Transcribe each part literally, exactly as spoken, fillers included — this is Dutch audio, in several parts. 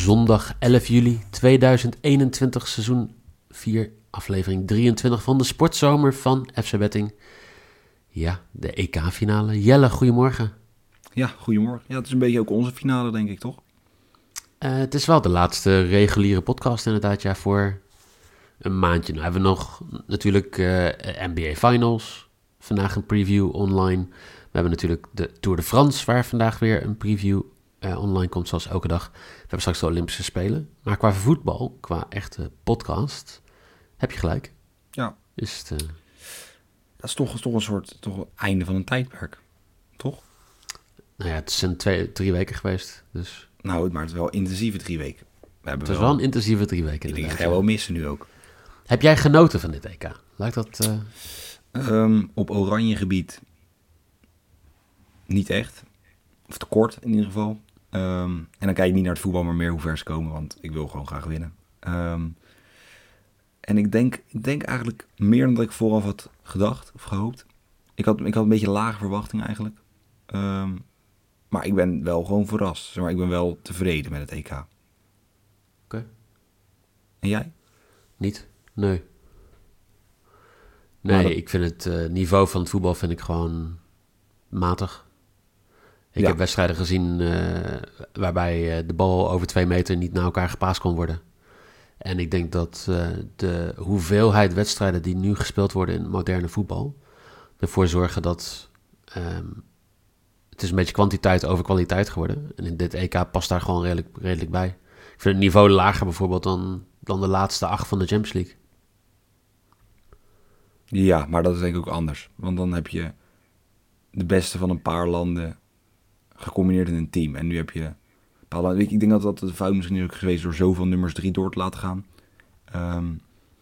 zondag elf juli tweeduizend eenentwintig, seizoen vier, aflevering drieëntwintig van de sportzomer van F C Betting. Ja, de E K-finale. Jelle, goedemorgen. Ja, goedemorgen. Ja, het is een beetje ook onze finale, denk ik, toch? Uh, het is wel de laatste reguliere podcast inderdaad, ja, voor een maandje. Nou hebben we nog natuurlijk uh, N B A Finals, vandaag een preview online. We hebben natuurlijk de Tour de France, waar vandaag weer een preview uh, online komt, zoals elke dag. We hebben straks de Olympische Spelen. Maar qua voetbal, qua echte podcast, heb je gelijk. Ja. Is het, uh... Dat is toch, toch een soort toch een einde van een tijdperk, toch? Nou ja, het zijn twee, drie weken geweest, dus... Nou, maar het is wel intensieve drie weken. We hebben het is wel, wel een intensieve drie weken. Ik denk, ik ga wel missen nu ook. Heb jij genoten van dit E K? Lijkt dat... Uh... Um, op oranje gebied niet echt. Of te kort in ieder geval. Um, en dan kijk ik niet naar het voetbal, maar meer hoe ver ze komen. Want ik wil gewoon graag winnen. Um, en ik denk, ik denk eigenlijk meer dan dat ik vooraf had gedacht of gehoopt. Ik had, ik had een beetje lage verwachting eigenlijk. Um, maar ik ben wel gewoon verrast. Zeg maar, ik ben wel tevreden met het E K. Oké. Okay. En jij? Niet? Nee. Nee, dat... ik vind het uh, niveau van het voetbal vind ik gewoon matig. Ik ja. heb wedstrijden gezien uh, waarbij uh, de bal over twee meter niet naar elkaar gepaast kon worden. En ik denk dat uh, de hoeveelheid wedstrijden die nu gespeeld worden in het moderne voetbal ervoor zorgen dat... Um, het is een beetje kwantiteit over kwaliteit geworden. En in dit E K past daar gewoon redelijk, redelijk bij. Ik vind het niveau lager bijvoorbeeld dan, dan de laatste acht van de Champions League. Ja, maar dat is denk ik ook anders. Want dan heb je de beste van een paar landen gecombineerd in een team. En nu heb je... Ik denk dat dat de fout misschien ook geweest door zoveel nummers drie door te laten gaan. Um,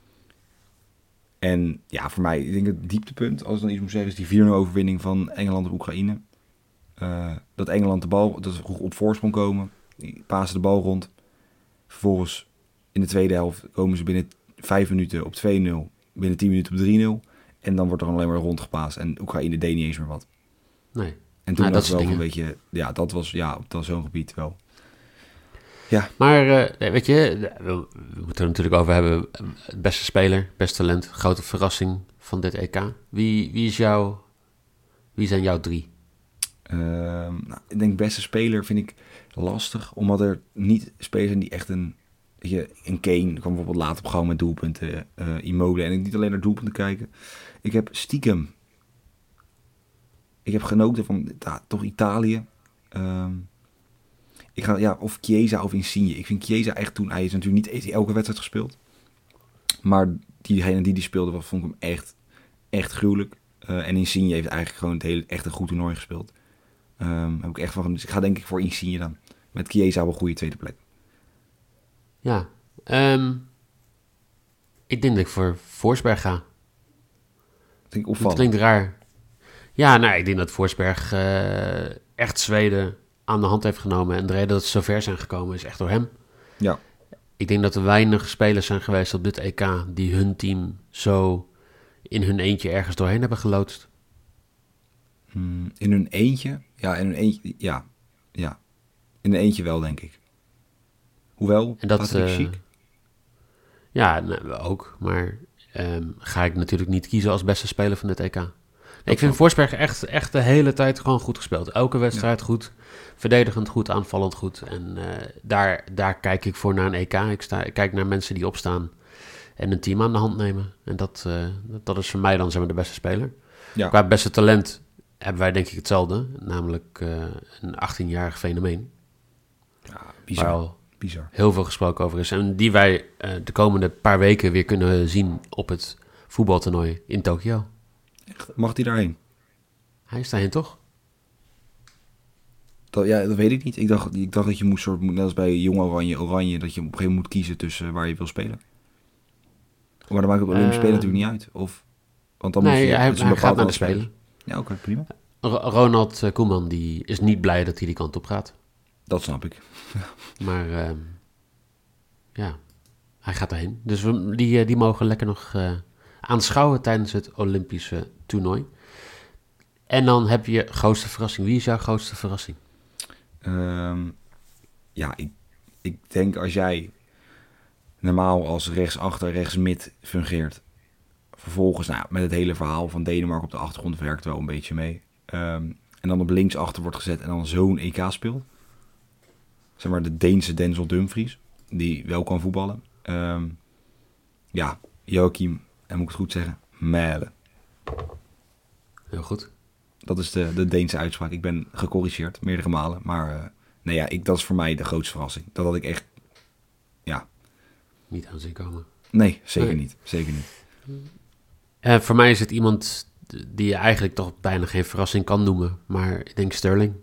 en ja, voor mij, ik denk het dieptepunt, als ik dan iets moet zeggen, is die vier nul overwinning van Engeland op Oekraïne. Uh, dat Engeland de bal, dat ze op voorsprong komen. Die pasen de bal rond. Vervolgens in de tweede helft komen ze binnen vijf minuten op twee nul. Binnen tien minuten op drie nul. En dan wordt er alleen maar rondgepaast. En Oekraïne deed niet eens meer wat. Nee. En toen nou, was het wel een beetje... Ja, dat was ja, op zo'n gebied wel. Ja. Maar uh, weet je, we, we moeten er natuurlijk over hebben. Het beste speler, beste talent, grote verrassing van dit E K. Wie, wie is jouw... Wie zijn jouw drie? Uh, nou, ik denk beste speler vind ik lastig. Omdat er niet spelers zijn die echt een... Weet je, een Kane kwam bijvoorbeeld later op gang met doelpunten. Uh, Immobile. En ik niet alleen naar doelpunten kijken. Ik heb stiekem... Ik heb genoten van ja, toch Italië. Um, ik ga, ja, of Chiesa of Insigne. Ik vind Chiesa echt toen... Hij is natuurlijk niet elke wedstrijd gespeeld. Maar diegene die die speelde, vond ik hem echt, echt gruwelijk. Uh, en Insigne heeft eigenlijk gewoon het hele, echt een goed toernooi gespeeld. Um, heb ik echt van, dus ik ga denk ik voor Insigne dan. Met Chiesa wel een goede tweede plek. Ja. Um, ik denk dat ik voor Forsberg ga. Dat vind ik opvallend. Dat klinkt raar. Ja, nou, ik denk dat Forsberg uh, echt Zweden aan de hand heeft genomen. En de reden dat ze zo ver zijn gekomen is echt door hem. Ja. Ik denk dat er weinig spelers zijn geweest op dit E K die hun team zo in hun eentje ergens doorheen hebben geloodst. Hmm, in hun eentje? Ja, in hun eentje, ja. ja. In hun eentje wel, denk ik. Hoewel, en dat, Patrick uh, Schick. Ja, nou, ook. Maar um, ga ik natuurlijk niet kiezen als beste speler van dit E K. Nee, ik vind Forsberg echt, echt de hele tijd gewoon goed gespeeld. Elke wedstrijd ja. goed. Verdedigend goed, aanvallend goed. En uh, daar, daar kijk ik voor naar een E K. Ik, sta, ik kijk naar mensen die opstaan en een team aan de hand nemen. En dat, uh, dat is voor mij dan zeg maar de beste speler. Ja. Qua beste talent hebben wij denk ik hetzelfde. Namelijk uh, een achttienjarig fenomeen. Ja, bizar. Waar al bizar. heel veel gesproken over is. En die wij uh, de komende paar weken weer kunnen zien op het voetbaltoernooi in Tokio. Echt? Mag hij daarheen? Hij is daarheen, toch? Dat, ja, dat weet ik niet. Ik dacht, ik dacht dat je moest, soort, net als bij Jong Oranje, Oranje, dat je op een gegeven moment moet kiezen tussen waar je wil spelen. Maar dan maakt het Olympische uh, Spelen natuurlijk niet uit. Of, want dan nee, moet je, hij, hij gaat naar de Spelen. Spelen. Ja, oké, okay, prima. R- Ronald Koeman die is niet blij dat hij die kant op gaat. Dat snap ik. maar uh, ja, hij gaat daarheen. Dus we, die, die mogen lekker nog uh, aanschouwen tijdens het Olympische toernooi. En dan heb je grootste verrassing. Wie is jouw grootste verrassing? Um, ja, ik, ik denk als jij normaal als rechtsachter, rechtsmid fungeert, vervolgens nou, met het hele verhaal van Denemarken op de achtergrond werkt wel een beetje mee. Um, en dan op linksachter wordt gezet en dan zo'n E K speelt. Zeg maar de Deense Denzel Dumfries, die wel kan voetballen. Um, ja, Joachim, en moet ik het goed zeggen, Mæhle. Heel goed. Dat is de, de Deense uitspraak. Ik ben gecorrigeerd, meerdere malen. Maar uh, nee, ja, ik, dat is voor mij de grootste verrassing. Dat had ik echt, ja... Niet aan zien komen. Nee, zeker nee. niet. Zeker niet. Uh, voor mij is het iemand die je eigenlijk toch bijna geen verrassing kan noemen. Maar ik denk Sterling.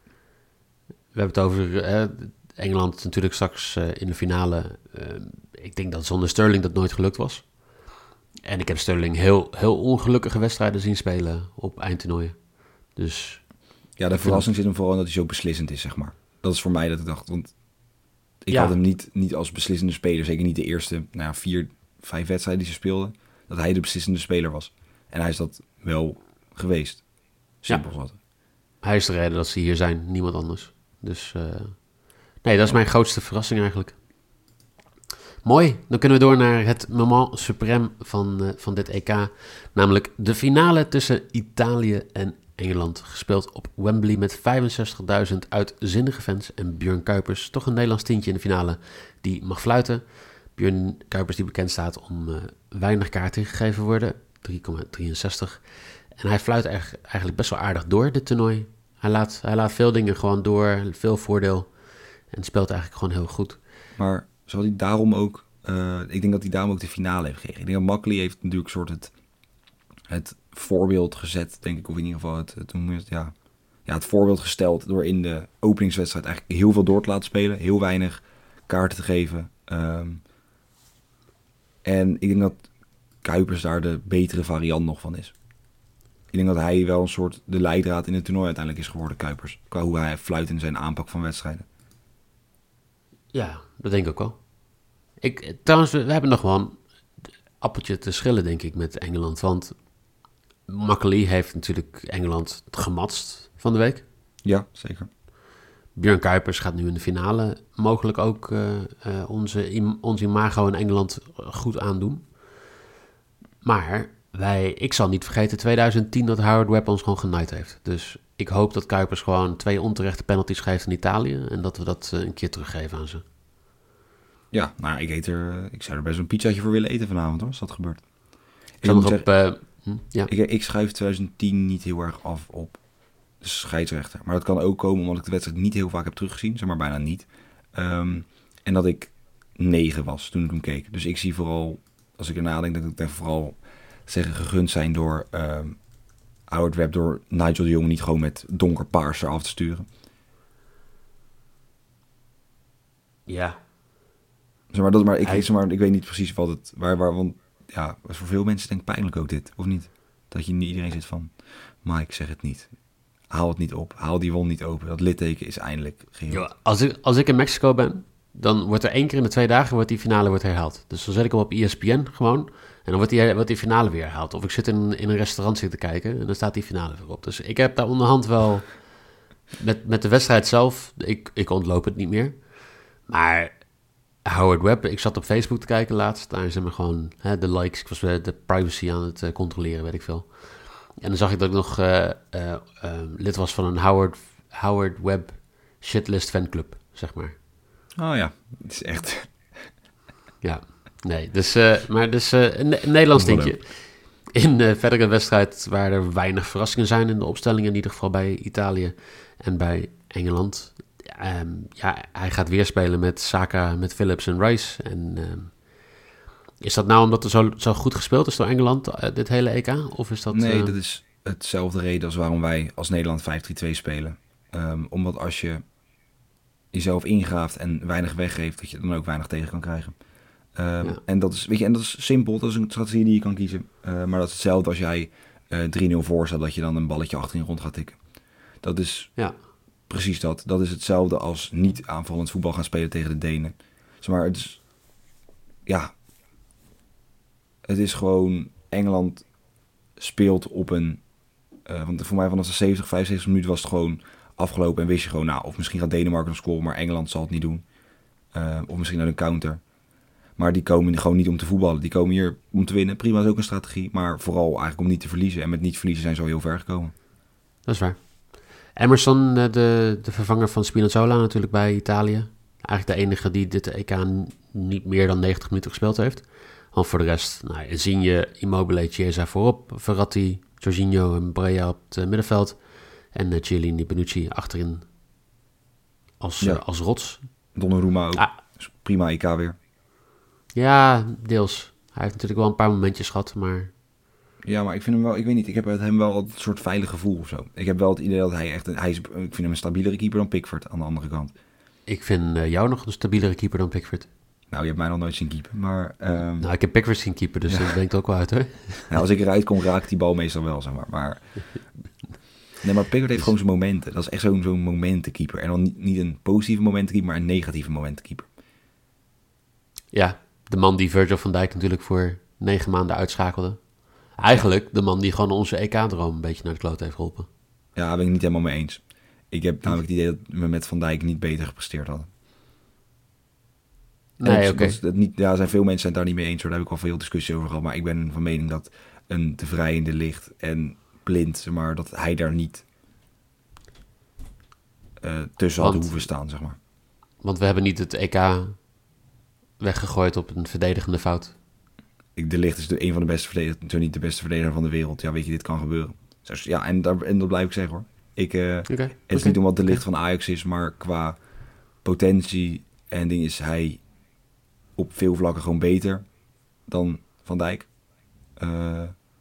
We hebben het over uh, Engeland natuurlijk straks uh, in de finale. Uh, ik denk dat zonder Sterling dat nooit gelukt was. En ik heb Sterling heel, heel ongelukkige wedstrijden zien spelen op eindtoernooien. Dus... Ja, de verrassing zit hem vooral dat hij zo beslissend is, zeg maar. Dat is voor mij dat ik dacht, want ik ja. had hem niet, niet als beslissende speler, zeker niet de eerste nou ja, vier, vijf wedstrijden die ze speelden, dat hij de beslissende speler was. En hij is dat wel geweest. Simpel ja. wat. Hij is de reden dat ze hier zijn, niemand anders. Dus uh, nee, dat is mijn grootste verrassing eigenlijk. Mooi, dan kunnen we door naar het moment suprême van, uh, van dit E K. Namelijk de finale tussen Italië en Engeland. Gespeeld op Wembley met vijfenzestigduizend uitzinnige fans. En Björn Kuipers, toch een Nederlands tientje in de finale, die mag fluiten. Björn Kuipers die bekend staat om uh, weinig kaarten gegeven worden. drie komma drieënzestig. En hij fluit eigenlijk best wel aardig door dit toernooi. Hij laat, hij laat veel dingen gewoon door, veel voordeel. En speelt eigenlijk gewoon heel goed. Maar zal hij daarom ook... Uh, ik denk dat hij daarom ook de finale heeft gekregen. Ik denk dat Makkely heeft natuurlijk soort het, het voorbeeld gezet, denk ik. Of in ieder geval het, het, het, ja, ja, het voorbeeld gesteld door in de openingswedstrijd eigenlijk heel veel door te laten spelen. Heel weinig kaarten te geven. Um, en ik denk dat Kuipers daar de betere variant nog van is. Ik denk dat hij wel een soort de leidraad in het toernooi uiteindelijk is geworden, Kuipers. Qua hoe hij fluit in zijn aanpak van wedstrijden. Ja, dat denk ik ook wel. Ik, trouwens, we, we hebben nog wel een appeltje te schillen, denk ik, met Engeland. Want Makkely heeft natuurlijk Engeland gematst van de week. Ja, zeker. Björn Kuipers gaat nu in de finale mogelijk ook uh, uh, onze, ons imago in Engeland goed aandoen. Maar wij, ik zal niet vergeten tweeduizend tien dat Howard Webb ons gewoon genaaid heeft. Dus ik hoop dat Kuipers gewoon twee onterechte penalties geeft in Italië. En dat we dat uh, een keer teruggeven aan ze. Ja, nou, ik, eet er, ik zou er best een pizzaatje voor willen eten vanavond, hoor, als dat gebeurt. Ik, nog op, uh, hm, ja. ik, ik schuif twintig tien niet heel erg af op de scheidsrechter. Maar dat kan ook komen omdat ik de wedstrijd niet heel vaak heb teruggezien. Zeg maar bijna niet. Um, en dat ik negen was toen ik hem keek. Dus ik zie vooral, als ik erna denk, dat ik vooral zeggen gegund zijn door um, Howard Webb, door Nigel de Jong niet gewoon met donkerpaars eraf te sturen. Ja. Zeg maar, dat, maar, ik, Hij... zeg maar ik weet niet precies wat het... Waar, waar, want ja, voor veel mensen denk ik pijnlijk ook dit, of niet? Dat je niet iedereen zit van, Mike, zeg het niet. Haal het niet op. Haal die wond niet open. Dat litteken is eindelijk geheel. Yo, als, ik, als ik in Mexico ben, dan wordt er één keer in de twee dagen wordt die finale wordt herhaald. Dus dan zet ik hem op E S P N gewoon. En dan wordt die, wordt die finale weer herhaald. Of ik zit in, in een restaurant zitten kijken en dan staat die finale weer op. Dus ik heb daar onderhand wel... Met, met de wedstrijd zelf, ik, ik ontloop het niet meer. Maar Howard Webb, ik zat op Facebook te kijken laatst. Daar zijn we gewoon hè, de likes, ik was de privacy aan het uh, controleren, weet ik veel. En dan zag ik dat ik nog uh, uh, uh, lid was van een Howard, Howard Webb shitlist fanclub, zeg maar. Oh ja, het is echt... Ja, nee, dus, uh, maar dus uh, een, een Nederlands dingetje. In de verdere wedstrijd waar er weinig verrassingen zijn in de opstellingen, in ieder geval bij Italië en bij Engeland. Um, ja, hij gaat weer spelen met Saka, met Phillips en Rice. En um, is dat nou omdat er zo, zo goed gespeeld is door Engeland, uh, dit hele E K? Of is dat, nee, uh... dat is hetzelfde reden als waarom wij als Nederland vijf drie twee spelen. Um, omdat als je jezelf ingraaft en weinig weggeeft, dat je dan ook weinig tegen kan krijgen. Um, ja. En dat is, weet je, en dat is simpel, dat is een strategie die je kan kiezen. Uh, maar dat is hetzelfde als jij uh, drie nul voor staat, dat je dan een balletje achterin rond gaat tikken. Dat is ja. precies dat. Dat is hetzelfde als niet aanvallend voetbal gaan spelen tegen de Denen. Zeg maar, het is... Ja. Het is gewoon... Engeland speelt op een... Uh, want voor mij vanaf de zeventig, vijfenzeventig minuten was het gewoon afgelopen en wist je gewoon, nou, of misschien gaat Denemarken nog scoren, maar Engeland zal het niet doen. Uh, of misschien uit een counter. Maar die komen gewoon niet om te voetballen. Die komen hier om te winnen. Prima is ook een strategie. Maar vooral eigenlijk om niet te verliezen. En met niet verliezen zijn ze al heel ver gekomen. Dat is waar. Emerson, de, de vervanger van Spinazzola natuurlijk bij Italië. Eigenlijk de enige die dit E K niet meer dan negentig minuten gespeeld heeft. Want voor de rest, nou, Insigne, Immobile, Chiesa voorop. Verratti, Jorginho en Brea op het middenveld. En uh, Chiellini, Bonucci achterin als, ja. uh, als rots. Donnarumma ook. Ah. Prima E K weer. Ja, deels. Hij heeft natuurlijk wel een paar momentjes gehad, maar... Ja, maar ik vind hem wel, ik weet niet, ik heb uit hem wel een soort veilig gevoel of zo. Ik heb wel het idee dat hij echt, een, hij is, ik vind hem een stabielere keeper dan Pickford aan de andere kant. Ik vind uh, jou nog een stabielere keeper dan Pickford. Nou, je hebt mij nog nooit zien keeper, maar... Um... Nou, ik heb Pickford zien keeper, dus ja. Dat denkt ook wel uit, hoor. Nou, als ik eruit kom, raak ik die bal meestal wel, zeg maar. maar... Nee, maar Pickford heeft gewoon zijn momenten. Dat is echt zo'n, zo'n momentenkeeper. En dan niet, niet een positieve momentenkeeper, maar een negatieve momentenkeeper. Ja, de man die Virgil van Dijk natuurlijk voor negen maanden uitschakelde. Eigenlijk de man die gewoon onze E K-droom een beetje naar de kloot heeft geholpen. Ja, daar ben ik niet helemaal mee eens. Ik heb namelijk het idee dat we met Van Dijk niet beter gepresteerd hadden. Nee, oké. Okay. Ja, zijn veel mensen zijn het daar niet mee eens, hoor. Daar heb ik al veel discussie over gehad. Maar ik ben van mening dat een De Vrij in de Licht en Blind, zeg maar, dat hij daar niet uh, tussen want, had hoeven staan, zeg maar. Want we hebben niet het E K weggegooid op een verdedigende fout. Ik, de Ligt is de, een van de beste verdedigers, zo niet de beste verdediger van de wereld. Ja, weet je, dit kan gebeuren. Dus, ja, en, daar, en dat blijf ik zeggen, hoor. Ik, uh, okay, het is okay. niet omdat de Ligt van Ajax is, maar qua potentie en ding is hij op veel vlakken gewoon beter dan Van Dijk. Uh,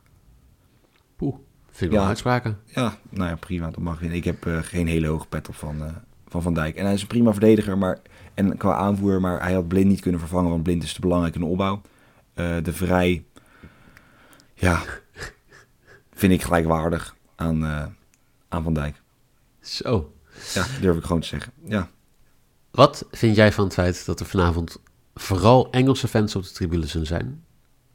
Poeh, vind ik wel ja, uitspraken. Ja, nou ja, prima, dat mag winnen. Ik heb uh, geen hele hoge pet op van, uh, van Van Dijk. En hij is een prima verdediger, maar, en qua aanvoer, maar hij had Blind niet kunnen vervangen, want Blind is te belangrijk in de opbouw. Uh, de Vrij, ja, vind ik gelijkwaardig aan, uh, aan Van Dijk. Zo. Ja, durf ik gewoon te zeggen, ja. Wat vind jij van het feit dat er vanavond vooral Engelse fans op de tribune zullen zijn?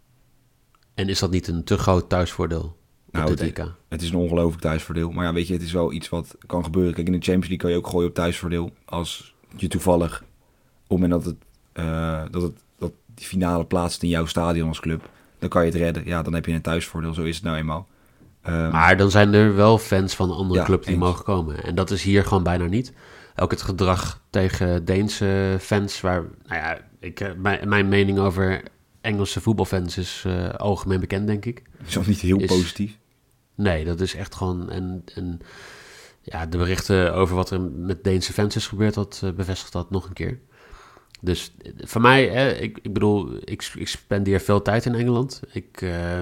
En is dat niet een te groot thuisvoordeel op nou, dit het, E K? Het is een ongelooflijk thuisvoordeel. Maar ja, weet je, het is wel iets wat kan gebeuren. Kijk, in de Champions League kan je ook gooien op thuisvoordeel. Als je toevallig, op het moment dat, het, uh, dat, het, dat die finale plaatst in jouw stadion als club, dan kan je het redden. Ja, dan heb je een thuisvoordeel. Zo is het nou eenmaal. Um, maar dan zijn er wel fans van een andere ja, club die eens. mogen komen. En dat is hier gewoon bijna niet. Ook het gedrag tegen Deense fans, waar, nou ja, ik, mijn, mijn mening over Engelse voetbalfans is uh, algemeen bekend, denk ik. Is dat niet heel is, positief? Nee, dat is echt gewoon... En, en ja, de berichten over wat er met Deense fans is gebeurd, dat uh, bevestigt dat nog een keer. Dus voor mij, eh, ik, ik bedoel, ik, ik spendeer veel tijd in Engeland. Ik, uh,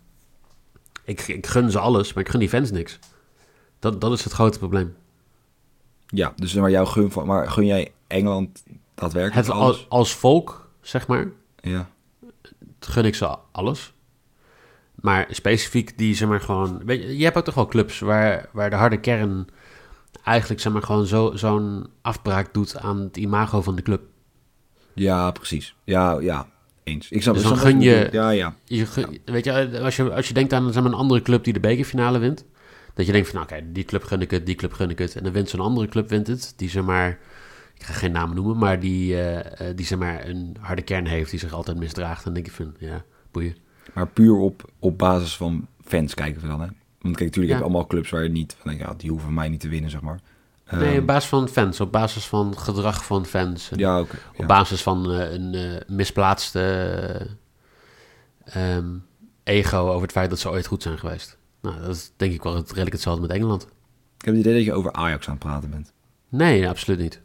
ik, ik gun ze alles, maar ik gun die fans niks. Dat, dat is het grote probleem. Ja, dus maar jouw gun van, maar gun jij Engeland daadwerkelijk het, alles? Als, als volk, zeg maar, ja. gun ik ze alles. Maar specifiek die, zeg maar, gewoon... Weet je, je hebt ook toch wel clubs waar, waar de harde kern eigenlijk, zeg maar, gewoon zo, zo'n afbraak doet aan het imago van de club. Ja, precies. Ja, ja. Eens. Ik snap, dus dan dan gun je... Ja, ja. je gun, weet je, als je, als je denkt aan, zeg maar, een andere club die de bekerfinale wint, dat je denkt van, nou, oké, okay, die club gun ik het, die club gun ik het. En dan wint zo'n andere club, wint het, die, zeg maar... Ik ga geen namen noemen, maar die, uh, die, zeg maar, een harde kern heeft, die zich altijd misdraagt. Dan denk je van, ja, boeien. Maar puur op, op basis van fans kijken we dan, hè? Want kijk, natuurlijk ja. heb je allemaal clubs waar je niet... Van, ja, die hoeven mij niet te winnen, zeg maar. Nee, um, op basis van fans. Op basis van gedrag van fans. En ja, okay, op ja. basis van uh, een uh, misplaatste uh, um, ego over het feit dat ze ooit goed zijn geweest. Nou, dat is denk ik wel het, redelijk hetzelfde met Engeland. Ik heb het idee dat je over Ajax aan het praten bent. Nee, nee, absoluut niet.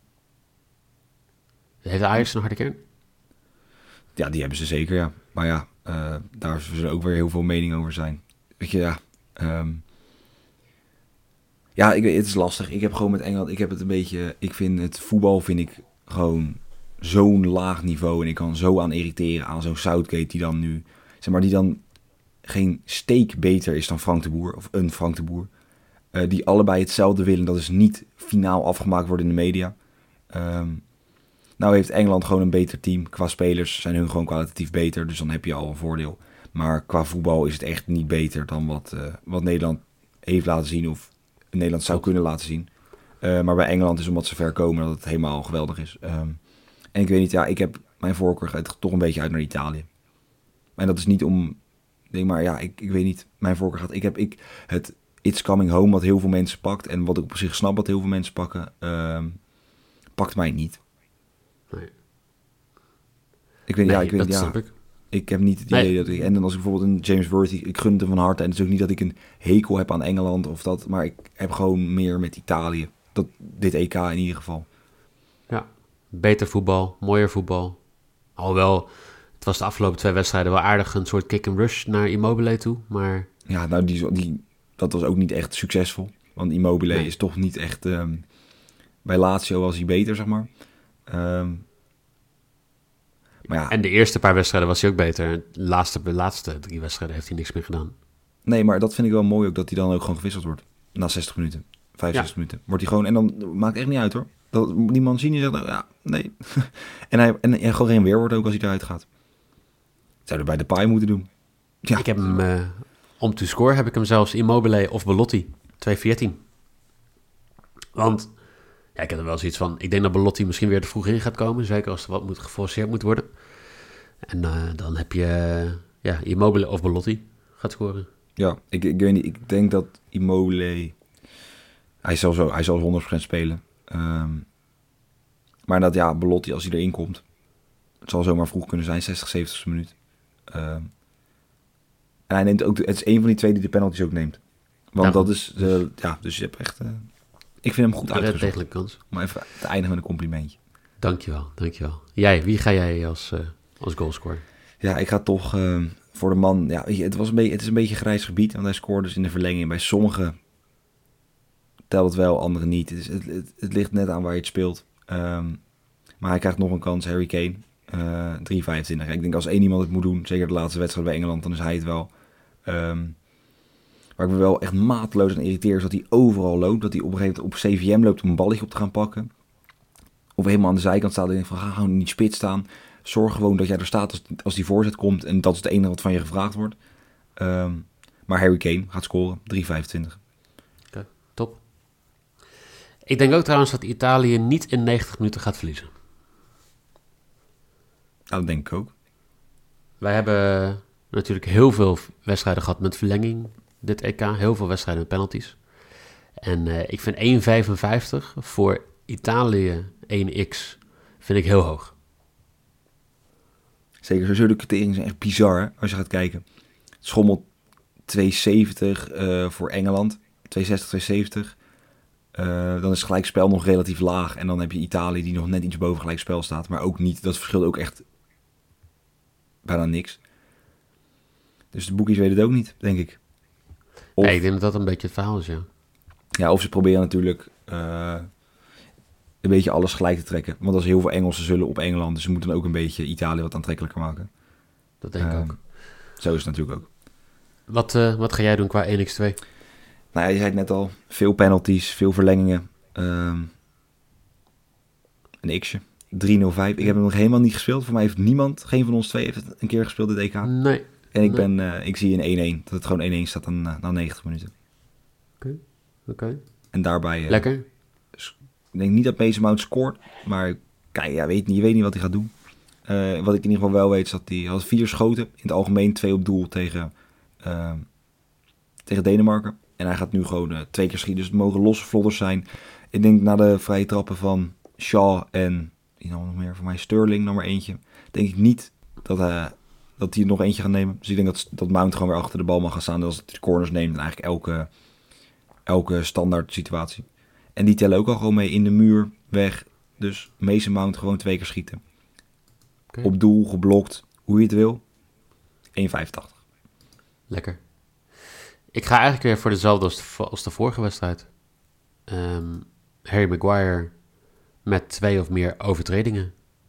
Heeft Ajax een harde kern? Ja, die hebben ze zeker, ja. Maar ja, uh, daar zullen ook weer heel veel meningen over zijn. Weet je, ja... Um, ja, ik weet, het is lastig. Ik heb gewoon met Engeland... Ik heb het een beetje... Ik vind het voetbal vind ik gewoon zo'n laag niveau. En ik kan zo aan irriteren aan zo'n Southgate die dan nu... Zeg maar, die dan geen steek beter is dan Frank de Boer. Of een Frank de Boer. Uh, die allebei hetzelfde willen. Dat is niet finaal afgemaakt worden in de media. Um, nou heeft Engeland gewoon een beter team. Qua spelers zijn hun gewoon kwalitatief beter. Dus dan heb je al een voordeel. Maar qua voetbal is het echt niet beter dan wat, uh, wat Nederland heeft laten zien. Of Nederland zou kunnen laten zien. Uh, maar bij Engeland is omdat ze ver komen dat het helemaal geweldig is. Um, En ik weet niet, ja, ik heb mijn voorkeur gaat toch een beetje uit naar Italië. En dat is niet om, denk maar, ja, ik, ik weet niet, mijn voorkeur gaat, ik heb ik, het It's Coming Home, wat heel veel mensen pakt, en wat ik op zich snap wat heel veel mensen pakken, uh, pakt mij niet. Nee. Ik weet, nee, ja, ik weet, dat ja, snap ik. Ik heb niet het idee nee. dat ik, en dan als ik bijvoorbeeld een James Worthy, ik gun het hem van harte, en het is ook niet dat ik een hekel heb aan Engeland of dat, maar ik heb gewoon meer met Italië, dat, dit E K in ieder geval. Ja, beter voetbal, mooier voetbal. Alhoewel, het was de afgelopen twee wedstrijden wel aardig een soort kick-and-rush naar Immobile toe, maar... Ja, nou, die, die, dat was ook niet echt succesvol. Want Immobile nee. is toch niet echt... Um, bij Lazio was hij beter, zeg maar. Um, maar ja. En de eerste paar wedstrijden was hij ook beter. De laatste, de laatste drie wedstrijden heeft hij niks meer gedaan. Nee, maar dat vind ik wel mooi ook, dat hij dan ook gewoon gewisseld wordt. Na zestig minuten. vijfenzestig ja. minuten. Wordt hij gewoon... En dan maakt echt niet uit, hoor. Dat, die Mancini zegt, nou, ja, nee. en, hij, en, en gewoon geen weerwoord ook als hij eruit gaat. Zouden bij de paai moeten doen. Ja. Ik heb hem... Uh, om te scoren heb ik hem zelfs Immobile of Belotti. twee veertien. Want... Ja, ik heb er wel zoiets van... Ik denk dat Belotti misschien weer te vroeg in gaat komen. Zeker als er wat moet geforceerd moet worden. En uh, dan heb je... Uh, ja, Immobile of Belotti gaat scoren. Ja, ik, ik weet niet. Ik denk dat Immobile... Hij zal, zo, hij zal honderd procent spelen. Um, maar dat ja, Belotti als hij erin komt... Het zal zomaar vroeg kunnen zijn. zestig, zeventig minuut. Um, en hij neemt ook... Het is een van die twee die de penalties ook neemt. Want ja, dat is... Uh, ja, dus je hebt echt... Uh, ik vind hem goed uitgezocht. Degelijk kans. Maar even te eindigen met een complimentje. Dankjewel, dankjewel. Jij, wie ga jij als, uh, als goalscorer? Ja, ik ga toch uh, voor de man... Ja, het, was een beetje, het is een beetje grijs gebied. Want hij scoorde dus in de verlenging. Bij sommigen telt het wel, anderen niet. Het, is, het, het, het ligt net aan waar je het speelt. Um, maar hij krijgt nog een kans. Harry Kane. Uh, drie vijfentwintig. Ik denk als één iemand het moet doen, zeker de laatste wedstrijd bij Engeland, dan is hij het wel. Um, waar ik me wel echt mateloos aan irriteer is dat hij overal loopt. Dat hij op een gegeven moment op C V M loopt om een balletje op te gaan pakken. Of helemaal aan de zijkant staat en denkt van ga gewoon niet spits staan. Zorg gewoon dat jij er staat als, als die voorzet komt. En dat is het enige wat van je gevraagd wordt. Um, maar Harry Kane gaat scoren. drie vijfentwintig. Oké, okay, top. Ik denk ook trouwens dat Italië niet in negentig minuten gaat verliezen. Nou, dat denk ik ook. Wij hebben natuurlijk heel veel wedstrijden gehad met verlenging. Dit E K, heel veel wedstrijden met penalties. En uh, ik vind één vijfenvijftig voor Italië één x vind ik heel hoog. Zeker, sowieso de kwarteringen zijn echt bizar hè, als je gaat kijken. Het schommelt twee zeventig uh, voor Engeland, twee zestig, twee zeventig. Uh, dan is het gelijkspel nog relatief laag. En dan heb je Italië die nog net iets boven gelijkspel staat. Maar ook niet, dat verschilt ook echt bijna niks. Dus de boekjes weten het ook niet, denk ik. Of, nee, ik denk dat dat een beetje het verhaal is, ja. Ja, of ze proberen natuurlijk uh, een beetje alles gelijk te trekken. Want als heel veel Engelsen zullen op Engeland, dus ze moeten ook een beetje Italië wat aantrekkelijker maken. Dat denk ik uh, ook. Zo is het natuurlijk ook. Wat, uh, wat ga jij doen qua één x twee? Nou ja, je zei het net al. Veel penalties, veel verlengingen. Um, een x'je. drie nul vijf. Ik heb hem nog helemaal niet gespeeld. Voor mij heeft niemand, geen van ons twee, heeft het een keer gespeeld dit E K. Nee. En ik, nee. ben, uh, ik zie een één één. Dat het gewoon één één staat dan, uh, na negentig minuten. Oké, okay. oké. Okay. En daarbij... Uh, Lekker. Ik denk niet dat Mason Mount scoort. Maar kijk, ja, weet niet, je weet niet wat hij gaat doen. Uh, wat ik in ieder geval wel weet is dat hij had vier schoten. In het algemeen twee op doel tegen, uh, tegen Denemarken. En hij gaat nu gewoon uh, twee keer schieten. Dus het mogen losse vlodders zijn. Ik denk na de vrije trappen van Shaw en... Die nog meer voor mij Sterling, nog maar eentje. Denk ik niet dat hij... dat hij er nog eentje gaat nemen. Dus ik denk dat, dat Mount gewoon weer achter de bal mag gaan staan. Als hij de corners neemt en eigenlijk elke, elke standaard situatie. En die tellen ook al gewoon mee in de muur, weg. Dus Mason Mount gewoon twee keer schieten. Okay. Op doel, geblokt, hoe je het wil. één vijfentachtig. Lekker. Ik ga eigenlijk weer voor dezelfde als de, als de vorige wedstrijd. Um, Harry Maguire met twee of meer overtredingen.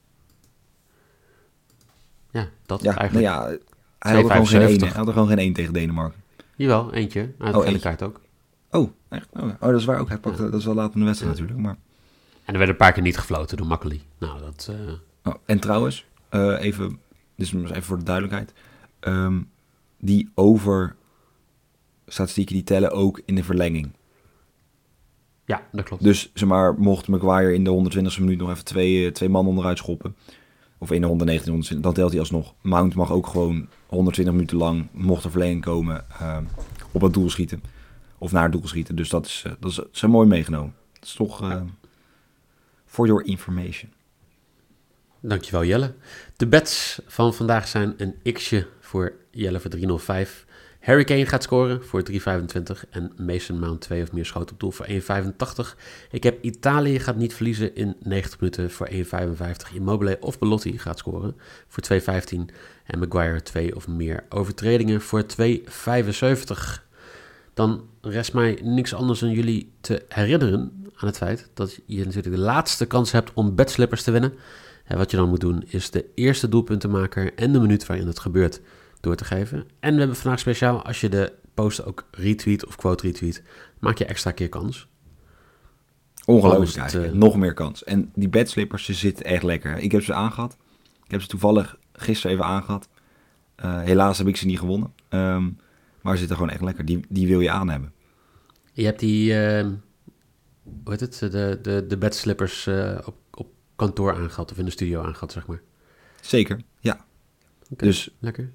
Ja, dat ja, eigenlijk. Nou ja, hij had er gewoon geen één. Hij had er gewoon geen één tegen Denemarken. Jawel, eentje. Uit de oh, gele kaart ook. Oh, echt? Oh, oh, dat is waar ook. Hij pakte, ja. Dat is wel laat in de wedstrijd ja. natuurlijk. Maar... En er werd een paar keer niet gefloten door Makkely. Nou, dat... Uh... Oh, en trouwens, uh, even, dus even voor de duidelijkheid. Um, die over statistieken die tellen ook in de verlenging. Ja, dat klopt. Dus zeg maar, mocht Maguire in de honderdtwintigste minuut nog even twee, twee man onderuit schoppen, of in de honderdnegentien, honderdtwintig, dan telt hij alsnog. Mount mag ook gewoon honderdtwintig minuten lang, mocht er verlenging komen, uh, op het doel schieten. Of naar het doel schieten. Dus dat is, uh, dat is, dat is mooi meegenomen. Dat is toch uh, for your information. Dankjewel Jelle. De bets van vandaag zijn een x'je voor Jelle voor drie komma nul vijf. Harry Kane gaat scoren voor drie komma vijfentwintig en Mason Mount twee of meer schoten op doel voor één komma vijfentachtig. Ik heb Italië gaat niet verliezen in negentig minuten voor één komma vijfenvijftig. Immobile of Belotti gaat scoren voor twee komma vijftien. En Maguire twee of meer overtredingen voor twee komma vijfenzeventig. Dan rest mij niks anders dan jullie te herinneren aan het feit dat je natuurlijk de laatste kans hebt om bedslippers te winnen. En wat je dan moet doen is de eerste doelpuntenmaker en de minuut waarin het gebeurt door te geven. En we hebben vandaag speciaal, als je de post ook retweet of quote retweet, maak je extra keer kans. Ongelooflijk eigenlijk. Uh, Nog meer kans. En die bedslippers, ze zitten echt lekker. Ik heb ze aangehad. Ik heb ze toevallig gisteren even aangehad. Uh, helaas heb ik ze niet gewonnen. Um, maar ze zitten gewoon echt lekker. Die, die wil je aan hebben. Je hebt die, uh, hoe heet het, de, de, de bedslippers uh, op, op kantoor aangehad of in de studio aangehad, zeg maar. Zeker, ja. Okay, dus lekker.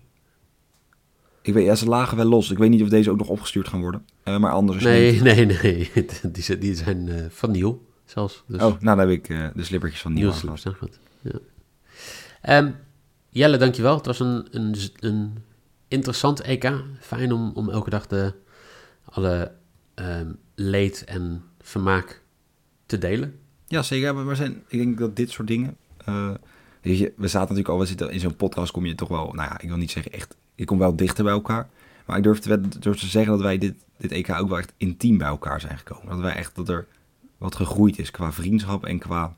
Ik weet, ja, ze lagen wel los. Ik weet niet of deze ook nog opgestuurd gaan worden. Uh, maar anders nee, niet. Nee, nee, die, die zijn uh, van Niel zelfs. Dus. Oh, nou dan heb ik uh, de slippertjes van Niel aangehad. Nieuw goed. Ja. Um, Jelle, dankjewel. Het was een, een, een interessant E K. Fijn om, om elke dag de, alle um, leed en vermaak te delen. Ja, zeker. Maar we zijn, ik denk dat dit soort dingen... Uh, weet je, we zaten natuurlijk al... We zitten in zo'n podcast kom je toch wel... Nou ja, ik wil niet zeggen echt... Je komt wel dichter bij elkaar. Maar ik durf te, durf te zeggen dat wij dit, dit E K ook wel echt intiem bij elkaar zijn gekomen. Dat wij echt... Dat er wat gegroeid is qua vriendschap en qua...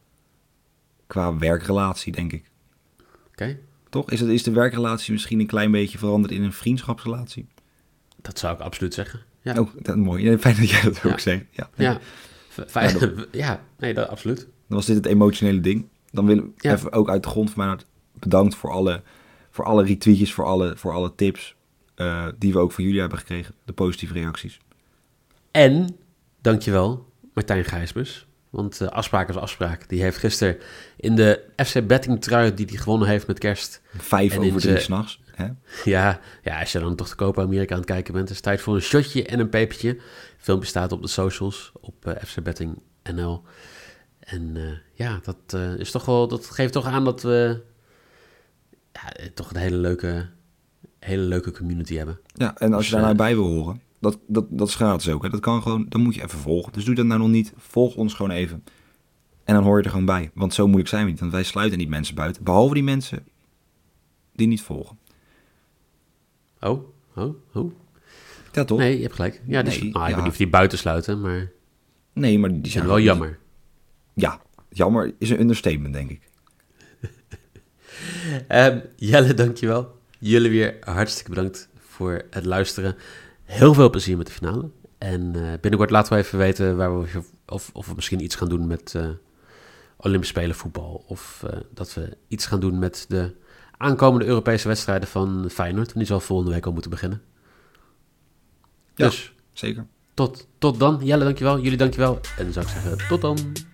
Qua werkrelatie, denk ik. Oké. Okay. Toch? Is, het, is de werkrelatie misschien een klein beetje veranderd in een vriendschapsrelatie? Dat zou ik absoluut zeggen. Ja. Oh, dat is mooi. Fijn dat jij dat ja. ook zegt. Ja, nee. ja. Fijn. Ja, dat, ja, nee, dat absoluut. Dan was dit het emotionele ding. Dan wil ik ja. even ook uit de grond van mijn hart bedankt voor alle, voor alle retweetjes, voor alle, voor alle tips uh, die we ook van jullie hebben gekregen. De positieve reacties. En, dankjewel, Martijn Gijsbers. Want uh, afspraak is afspraak. Die heeft gisteren in de F C Betting trui die hij gewonnen heeft met kerst. Vijf over drie s'nachts. Ja, ja, als je dan toch te koop Amerika aan het kijken bent, is het tijd voor een shotje en een pepertje. Het filmpje staat op de socials, op uh, F C Betting N L. En uh, ja, dat, uh, is toch wel, dat geeft toch aan dat we ja, toch een hele leuke, hele leuke community hebben. Ja, en als dus, je daar nou bij wil horen, dat, dat, dat is gratis ook. Hè? Dat kan gewoon, dan moet je even volgen. Dus doe dat nou nog niet. Volg ons gewoon even. En dan hoor je er gewoon bij. Want zo moeilijk zijn we niet. Want wij sluiten niet mensen buiten. Behalve die mensen die niet volgen. Oh, oh, oh. Ja, toch? Nee, je hebt gelijk. Ja, dus, nee, nou, ik ja. weet niet of die buiten sluiten, maar... Nee, maar die zijn wel niet... jammer. Ja, jammer is een understatement, denk ik. um, Jelle, dankjewel. Jullie weer hartstikke bedankt voor het luisteren. Heel veel plezier met de finale. En uh, binnenkort laten we even weten waar we, of, of we misschien iets gaan doen met uh, Olympische Spelen voetbal. Of uh, dat we iets gaan doen met de aankomende Europese wedstrijden van Feyenoord. Die zal volgende week al moeten beginnen. Ja, dus, zeker. Tot, tot dan. Jelle, dankjewel. Jullie dankjewel. En dan zou ik zeggen, tot dan.